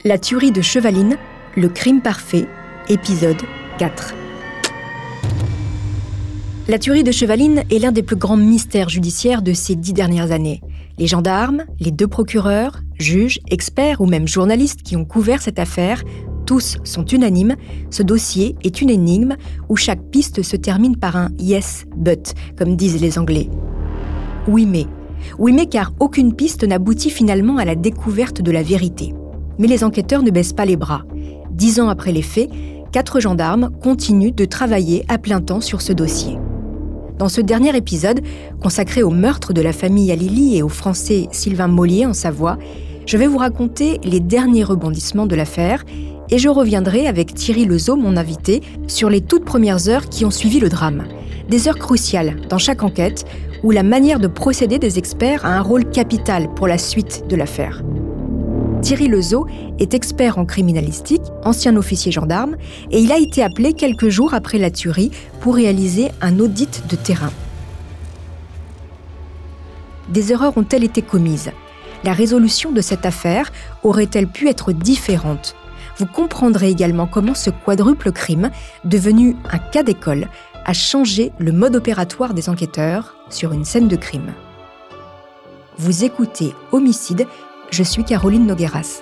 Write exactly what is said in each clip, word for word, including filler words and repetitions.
La tuerie de Chevaline, le crime parfait, épisode quatre. La tuerie de Chevaline est l'un des plus grands mystères judiciaires de ces dix dernières années. Les gendarmes, les deux procureurs, juges, experts ou même journalistes qui ont couvert cette affaire, tous sont unanimes, ce dossier est une énigme où chaque piste se termine par un « yes, but », comme disent les Anglais. Oui mais, oui mais car aucune piste n'aboutit finalement à la découverte de la vérité. Mais les enquêteurs ne baissent pas les bras. Dix ans après les faits, quatre gendarmes continuent de travailler à plein temps sur ce dossier. Dans ce dernier épisode, consacré au meurtre de la famille Halili et au Français Sylvain Mollier en Savoie, je vais vous raconter les derniers rebondissements de l'affaire et je reviendrai avec Thierry Lezeau, mon invité, sur les toutes premières heures qui ont suivi le drame. Des heures cruciales dans chaque enquête où la manière de procéder des experts a un rôle capital pour la suite de l'affaire. Thierry Lezeau est expert en criminalistique, ancien officier gendarme, et il a été appelé quelques jours après la tuerie pour réaliser un audit de terrain. Des erreurs ont-elles été commises ? La résolution de cette affaire aurait-elle pu être différente ? Vous comprendrez également comment ce quadruple crime, devenu un cas d'école, a changé le mode opératoire des enquêteurs sur une scène de crime. Vous écoutez Homicide. Je suis Caroline Nogueras.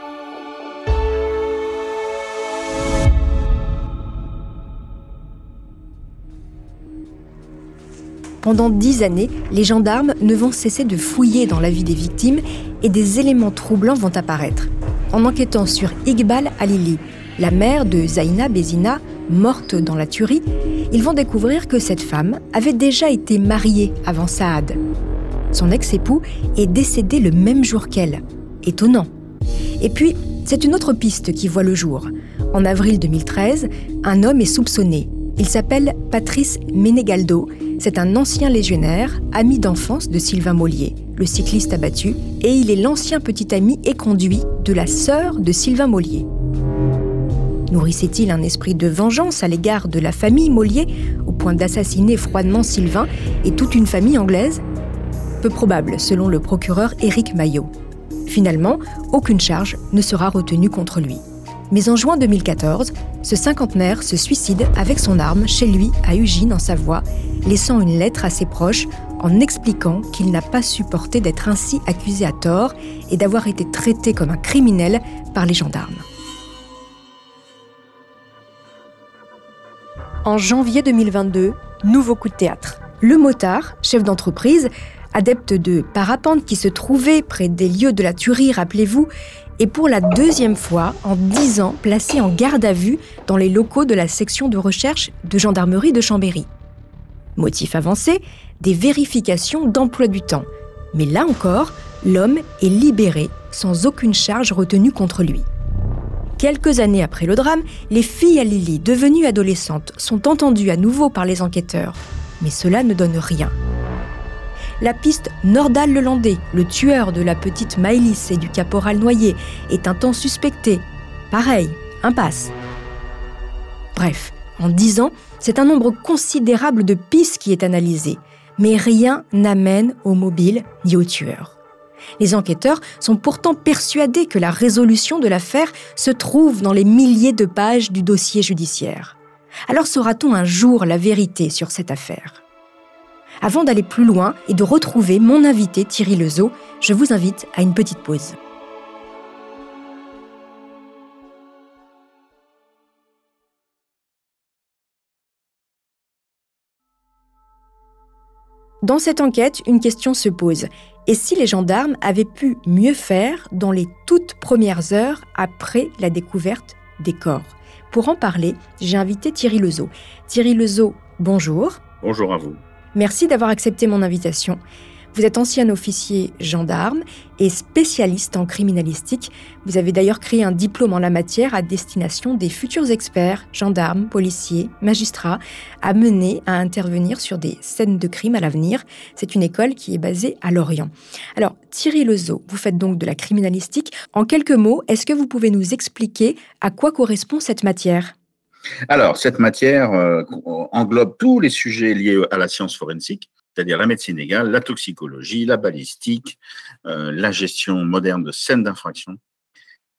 Pendant dix années, les gendarmes ne vont cesser de fouiller dans la vie des victimes et des éléments troublants vont apparaître. En enquêtant sur Iqbal Halili, la mère de Zaina Bézina, morte dans la tuerie, ils vont découvrir que cette femme avait déjà été mariée avant Saad. Son ex-époux est décédé le même jour qu'elle. Étonnant. Et puis, c'est une autre piste qui voit le jour. En avril deux mille treize, un homme est soupçonné. Il s'appelle Patrice Menegaldo. C'est un ancien légionnaire, ami d'enfance de Sylvain Mollier, le cycliste abattu, et il est l'ancien petit ami et conduit de la sœur de Sylvain Mollier. Nourrissait-il un esprit de vengeance à l'égard de la famille Mollier, au point d'assassiner froidement Sylvain et toute une famille anglaise ? Peu probable, selon le procureur Éric Maillot. Finalement, aucune charge ne sera retenue contre lui. Mais en juin deux mille quatorze, ce cinquantenaire se suicide avec son arme chez lui à Ugine en Savoie, laissant une lettre à ses proches en expliquant qu'il n'a pas supporté d'être ainsi accusé à tort et d'avoir été traité comme un criminel par les gendarmes. En janvier deux mille vingt-deux, nouveau coup de théâtre. Le motard, chef d'entreprise, adepte de parapente qui se trouvait près des lieux de la tuerie, rappelez-vous, est pour la deuxième fois en dix ans placé en garde à vue dans les locaux de la section de recherche de gendarmerie de Chambéry. Motif avancé, des vérifications d'emploi du temps. Mais là encore, l'homme est libéré sans aucune charge retenue contre lui. Quelques années après le drame, les filles Halili, devenues adolescentes, sont entendues à nouveau par les enquêteurs. Mais cela ne donne rien. La piste Nordal Lelandais, le tueur de la petite Maëlys et du caporal Noyer, est un temps suspecté. Pareil, impasse. Bref, en dix ans, c'est un nombre considérable de pistes qui est analysé. Mais rien n'amène au mobile ni au tueur. Les enquêteurs sont pourtant persuadés que la résolution de l'affaire se trouve dans les milliers de pages du dossier judiciaire. Alors saura-t-on un jour la vérité sur cette affaire ? Avant d'aller plus loin et de retrouver mon invité Thierry Lezeau, je vous invite à une petite pause. Dans cette enquête, une question se pose. Et si les gendarmes avaient pu mieux faire dans les toutes premières heures après la découverte des corps ? Pour en parler, j'ai invité Thierry Lezeau. Thierry Lezeau, bonjour. Bonjour à vous. Merci d'avoir accepté mon invitation. Vous êtes ancien officier gendarme et spécialiste en criminalistique. Vous avez d'ailleurs créé un diplôme en la matière à destination des futurs experts, gendarmes, policiers, magistrats, amenés à intervenir sur des scènes de crime à l'avenir. C'est une école qui est basée à Lorient. Alors, Thierry Lezeau, vous faites donc de la criminalistique. En quelques mots, est-ce que vous pouvez nous expliquer à quoi correspond cette matière ? Alors, cette matière euh, englobe tous les sujets liés à la science forensique, c'est-à-dire la médecine légale, la toxicologie, la balistique, euh, la gestion moderne de scènes d'infraction,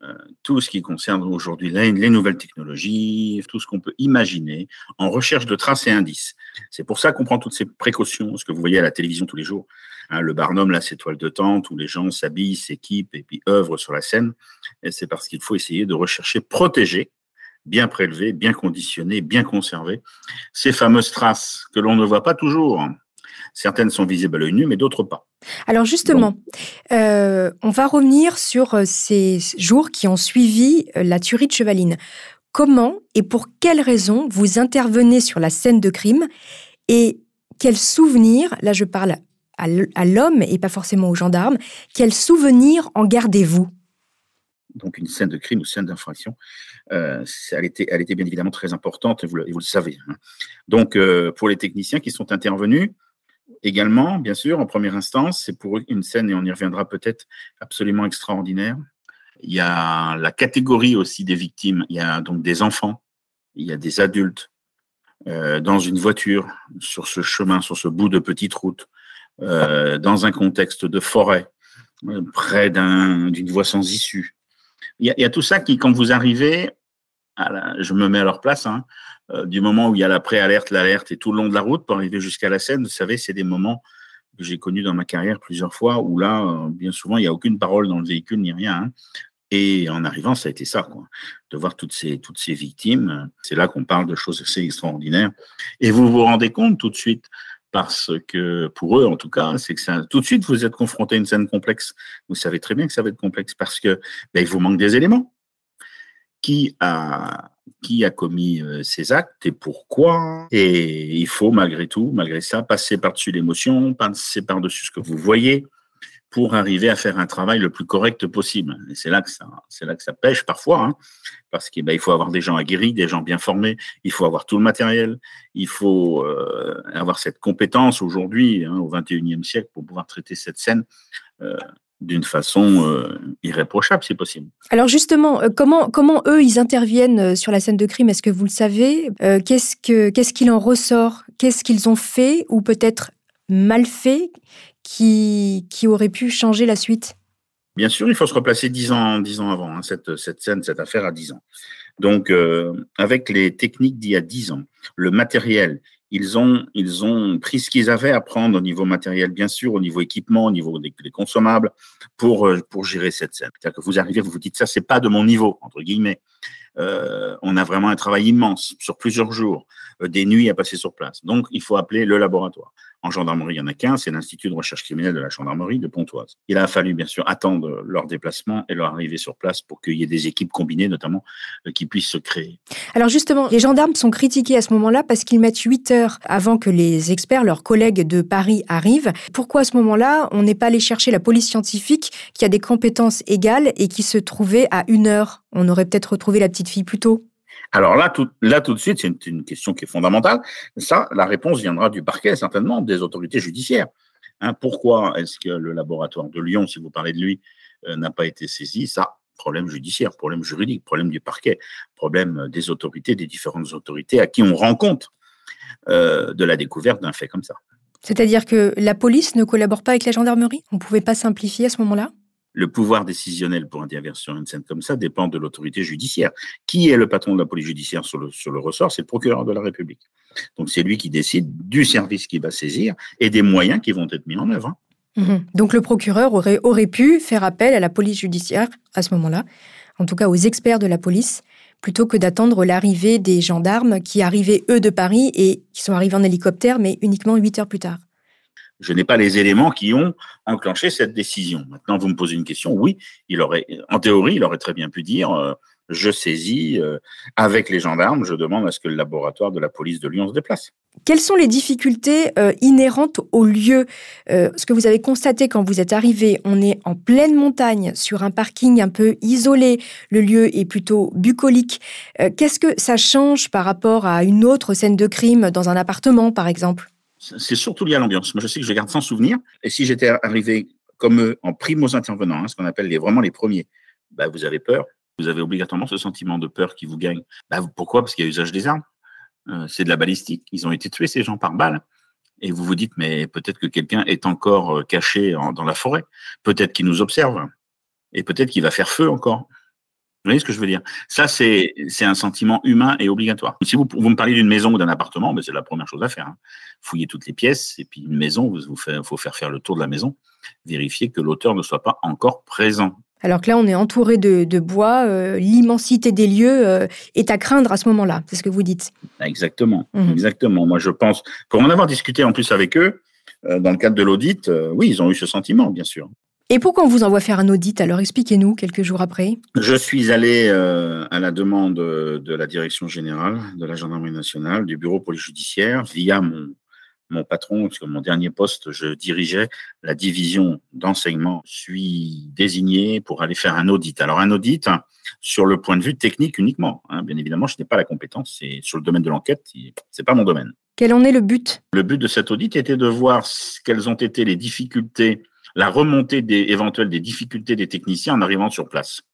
euh, tout ce qui concerne aujourd'hui les, les nouvelles technologies, tout ce qu'on peut imaginer en recherche de traces et indices. C'est pour ça qu'on prend toutes ces précautions, ce que vous voyez à la télévision tous les jours. Hein, le Barnum, là, c'est toile de tente, où les gens s'habillent, s'équipent et puis œuvrent sur la scène. Et c'est parce qu'il faut essayer de rechercher, protéger, bien prélever, bien conditionner, bien conserver ces fameuses traces que l'on ne voit pas toujours. Certaines sont visibles à l'œil nu, mais d'autres pas. Alors justement, euh, on va revenir sur ces jours qui ont suivi la tuerie de Chevaline. Comment et pour quelles raisons vous intervenez sur la scène de crime et quels souvenirs, là je parle à l'homme et pas forcément aux gendarmes, quels souvenirs en gardez-vous ? Donc une scène de crime ou scène d'infraction, euh, elle, était, elle était bien évidemment très importante, et vous le, et vous le savez. Hein. Donc euh, pour les techniciens qui sont intervenus, également, bien sûr, en première instance, c'est pour eux une scène, et on y reviendra peut-être, absolument extraordinaire. Il y a la catégorie aussi des victimes, il y a donc des enfants, il y a des adultes, euh, dans une voiture, sur ce chemin, sur ce bout de petite route, euh, dans un contexte de forêt, euh, près d'un, d'une voie sans issue. Il y, a, il y a tout ça qui, quand vous arrivez, à la, je me mets à leur place, hein, euh, du moment où il y a la pré-alerte, l'alerte et tout le long de la route pour arriver jusqu'à la scène, vous savez, c'est des moments que j'ai connus dans ma carrière plusieurs fois où là, euh, bien souvent, il n'y a aucune parole dans le véhicule ni rien. Hein. Et en arrivant, ça a été ça, quoi. De voir toutes ces, toutes ces victimes. C'est là qu'on parle de choses assez extraordinaires. Et vous vous rendez compte tout de suite, parce que pour eux, en tout cas, c'est que ça, tout de suite, vous êtes confronté à une scène complexe. Vous savez très bien que ça va être complexe parce que ben, il vous manque des éléments. Qui a, qui a commis euh, ces actes et pourquoi. Et il faut, malgré tout, malgré ça, passer par-dessus l'émotion, passer par-dessus ce que vous voyez, pour arriver à faire un travail le plus correct possible. Et c'est là que ça, c'est là que ça pêche parfois, hein, parce qu'il ben, il faut avoir des gens aguerris, des gens bien formés, il faut avoir tout le matériel, il faut euh, avoir cette compétence aujourd'hui, hein, au vingt et unième siècle, pour pouvoir traiter cette scène euh, d'une façon euh, irréprochable, si possible. Alors justement, euh, comment, comment eux, ils interviennent sur la scène de crime ? Est-ce que vous le savez ? euh, qu'est-ce, que, qu'est-ce qu'il en ressort ? Qu'est-ce qu'ils ont fait ou peut-être mal fait qui, qui aurait pu changer la suite ? Bien sûr, il faut se replacer dix ans, dix ans avant, hein, cette, cette scène, cette affaire à dix ans. Donc, euh, avec les techniques d'il y a dix ans, le matériel, ils ont, ils ont pris ce qu'ils avaient à prendre au niveau matériel, bien sûr, au niveau équipement, au niveau des, des consommables, pour, pour gérer cette scène. C'est-à-dire que vous arrivez, vous vous dites, ça, c'est pas de mon niveau, entre guillemets. Euh, on a vraiment un travail immense sur plusieurs jours, euh, des nuits à passer sur place. Donc, il faut appeler le laboratoire. En gendarmerie, il y en a qu'un, c'est l'Institut de recherche criminelle de la gendarmerie de Pontoise. Il a fallu, bien sûr, attendre leur déplacement et leur arrivée sur place pour qu'il y ait des équipes combinées, notamment, euh, qui puissent se créer. Alors justement, les gendarmes sont critiqués à ce moment-là parce qu'ils mettent huit heures avant que les experts, leurs collègues de Paris, arrivent. Pourquoi à ce moment-là, on n'est pas allé chercher la police scientifique qui a des compétences égales et qui se trouvait à une heure ? On aurait peut-être retrouvé la petite fille plus tôt. Alors là, tout, là, tout de suite, c'est une, une question qui est fondamentale. Ça, la réponse viendra du parquet, certainement, des autorités judiciaires. Hein, pourquoi est-ce que le laboratoire de Lyon, si vous parlez de lui, euh, n'a pas été saisi ? Ça, problème judiciaire, problème juridique, problème du parquet, problème des autorités, des différentes autorités à qui on rend compte euh, de la découverte d'un fait comme ça. C'est-à-dire que la police ne collabore pas avec la gendarmerie ? On ne pouvait pas simplifier à ce moment-là ? Le pouvoir décisionnel pour intervenir sur une scène comme ça dépend de l'autorité judiciaire. Qui est le patron de la police judiciaire sur le, sur le ressort ? C'est le procureur de la République. Donc, c'est lui qui décide du service qu'il va saisir et des moyens qui vont être mis en œuvre. Mmh. Donc, le procureur aurait, aurait pu faire appel à la police judiciaire à ce moment-là, en tout cas aux experts de la police, plutôt que d'attendre l'arrivée des gendarmes qui arrivaient, eux, de Paris et qui sont arrivés en hélicoptère, mais uniquement huit heures plus tard. Je n'ai pas les éléments qui ont enclenché cette décision. Maintenant, vous me posez une question. Oui, il aurait, en théorie, il aurait très bien pu dire euh, je saisis euh, avec les gendarmes, je demande à ce que le laboratoire de la police de Lyon se déplace. Quelles sont les difficultés euh, inhérentes au lieu ? euh, Ce que vous avez constaté quand vous êtes arrivé, on est en pleine montagne, sur un parking un peu isolé, le lieu est plutôt bucolique. Euh, qu'est-ce que ça change par rapport à une autre scène de crime dans un appartement, par exemple ? C'est surtout lié à l'ambiance. Moi, je sais que je garde sans souvenir. Et si j'étais arrivé comme eux, en primos intervenants, hein, ce qu'on appelle les, vraiment les premiers, bah, vous avez peur. Vous avez obligatoirement ce sentiment de peur qui vous gagne. Bah, pourquoi ? Parce qu'il y a usage des armes. Euh, c'est de la balistique. Ils ont été tués, ces gens, par balle. Et vous vous dites, mais peut-être que quelqu'un est encore caché en, dans la forêt. Peut-être qu'il nous observe. Et peut-être qu'il va faire feu encore. Vous voyez ce que je veux dire? Ça, c'est, c'est un sentiment humain et obligatoire. Si vous, vous me parlez d'une maison ou d'un appartement, ben c'est la première chose à faire. Hein. Fouiller toutes les pièces, et puis une maison, vous, vous fait, faut faire faire le tour de la maison, vérifier que l'auteur ne soit pas encore présent. Alors que là, on est entouré de, de bois, euh, l'immensité des lieux euh, est à craindre à ce moment-là, c'est ce que vous dites. Exactement, Mmh. exactement. Moi, je pense, pour en avoir discuté en plus avec eux, euh, dans le cadre de l'audit, euh, oui, ils ont eu ce sentiment, bien sûr. Et pourquoi on vous envoie faire un audit? Alors expliquez-nous quelques jours après. Je suis allé euh, à la demande de la direction générale de la gendarmerie nationale, du bureau police judiciaire, via mon, mon patron, parce que mon dernier poste, je dirigeais la division d'enseignement. Je suis désigné pour aller faire un audit. Alors un audit hein, sur le point de vue technique uniquement. Hein. Bien évidemment, je n'ai pas la compétence. C'est sur le domaine de l'enquête, c'est pas mon domaine. Quel en est le but? Le but de cet audit était de voir quelles ont été les difficultés, la remontée des, éventuelle des difficultés des techniciens en arrivant sur place.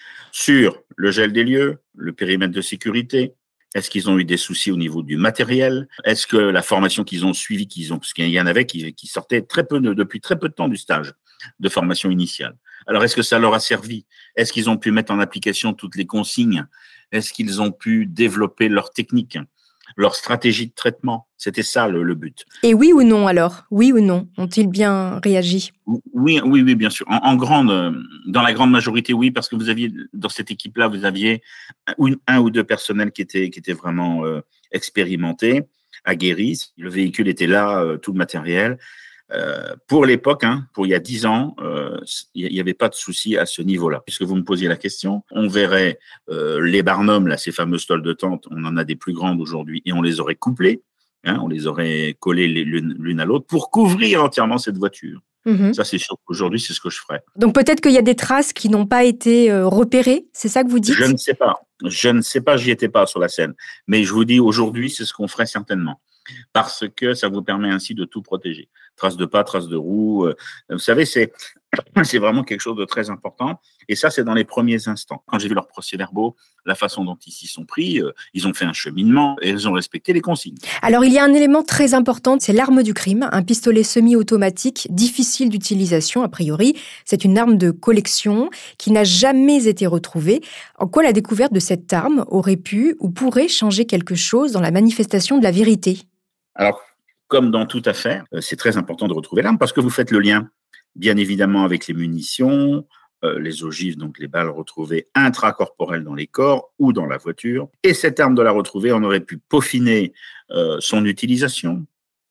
Sur le gel des lieux, le périmètre de sécurité, est-ce qu'ils ont eu des soucis au niveau du matériel? Est-ce que la formation qu'ils ont suivie, qu'ils ont, parce qu'il y en avait qui, qui sortaient très peu de, depuis très peu de temps du stage de formation initiale. Alors, est-ce que ça leur a servi? Est-ce qu'ils ont pu mettre en application toutes les consignes? Est-ce qu'ils ont pu développer leur technique, leur stratégie de traitement? C'était ça le, le but. Et oui ou non alors? Oui ou non? Ont-ils bien réagi? Oui, oui, oui, bien sûr. En, en grande, dans la grande majorité, oui, parce que vous aviez dans cette équipe-là, vous aviez un, un ou deux personnels qui étaient qui étaient vraiment euh, expérimentés, aguerris. Le véhicule était là, euh, tout le matériel. Euh, pour l'époque, hein, pour il y a dix ans, euh, il n'y avait pas de souci à ce niveau-là. Puisque vous me posiez la question, on verrait euh, les barnums, là, ces fameuses tôles de tente, on en a des plus grandes aujourd'hui, et on les aurait couplées, hein, on les aurait collées l'une, l'une à l'autre pour couvrir entièrement cette voiture. Mmh. Ça, c'est sûr qu'aujourd'hui, c'est ce que je ferais. Donc peut-être qu'il y a des traces qui n'ont pas été euh, repérées, c'est ça que vous dites? Je ne sais pas. Je ne sais pas, j'y étais pas sur la scène. Mais je vous dis, aujourd'hui, c'est ce qu'on ferait certainement. Parce que ça vous permet ainsi de tout protéger. Traces de pas, traces de roues. Euh, vous savez, c'est, c'est vraiment quelque chose de très important. Et ça, c'est dans les premiers instants. Quand j'ai vu leurs procès-verbaux, la façon dont ils s'y sont pris, euh, ils ont fait un cheminement et ils ont respecté les consignes. Alors, il y a un élément très important, c'est l'arme du crime, un pistolet semi-automatique, difficile d'utilisation a priori. C'est une arme de collection qui n'a jamais été retrouvée. En quoi la découverte de cette arme aurait pu ou pourrait changer quelque chose dans la manifestation de la vérité? Alors, comme dans toute affaire, c'est très important de retrouver l'arme parce que vous faites le lien, bien évidemment, avec les munitions, euh, les ogives, donc les balles retrouvées intracorporelles dans les corps ou dans la voiture. Et cette arme de la retrouver, on aurait pu peaufiner euh, son utilisation,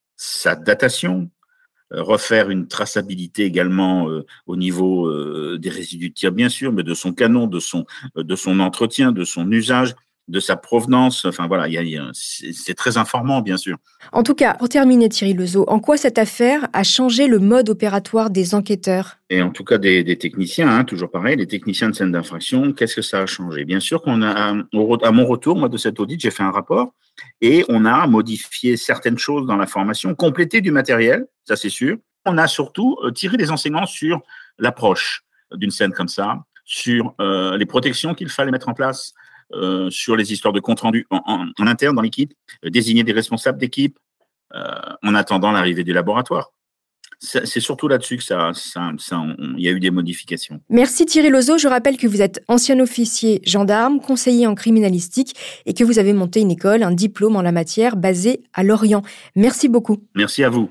sa datation, euh, refaire une traçabilité également euh, au niveau euh, des résidus de tir, bien sûr, mais de son canon, de son, euh, de son entretien, de son usage, de sa provenance, enfin voilà, y a, y a, c'est, c'est très informant, bien sûr. En tout cas, pour terminer, Thierry Lezeau, en quoi cette affaire a changé le mode opératoire des enquêteurs? Et en tout cas des, des techniciens, hein, toujours pareil, les techniciens de scène d'infraction, qu'est-ce que ça a changé? Bien sûr qu'on a, à mon retour, moi, de cet audit, j'ai fait un rapport et on a modifié certaines choses dans la formation, complété du matériel, ça c'est sûr. On a surtout tiré des enseignements sur l'approche d'une scène comme ça, sur euh, les protections qu'il fallait mettre en place, Euh, sur les histoires de compte-rendu en, en, en interne dans l'équipe, euh, désigner des responsables d'équipe euh, en attendant l'arrivée du laboratoire. C'est, c'est surtout là-dessus que ça, ça, ça, on, y a eu des modifications. Merci Thierry Lezeau. Je rappelle que vous êtes ancien officier gendarme, conseiller en criminalistique et que vous avez monté une école, un diplôme en la matière basé à Lorient. Merci beaucoup. Merci à vous.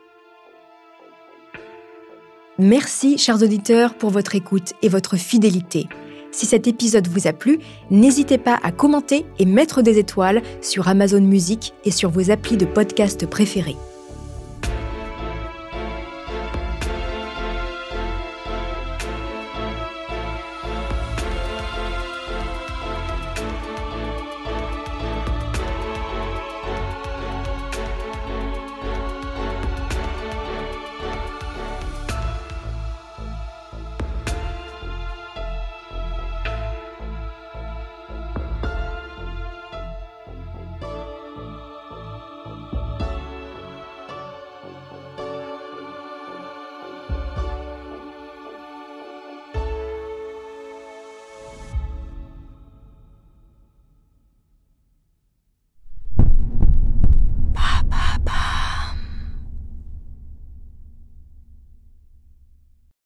Merci, chers auditeurs, pour votre écoute et votre fidélité. Si cet épisode vous a plu, n'hésitez pas à commenter et mettre des étoiles sur Amazon Music et sur vos applis de podcast préférés.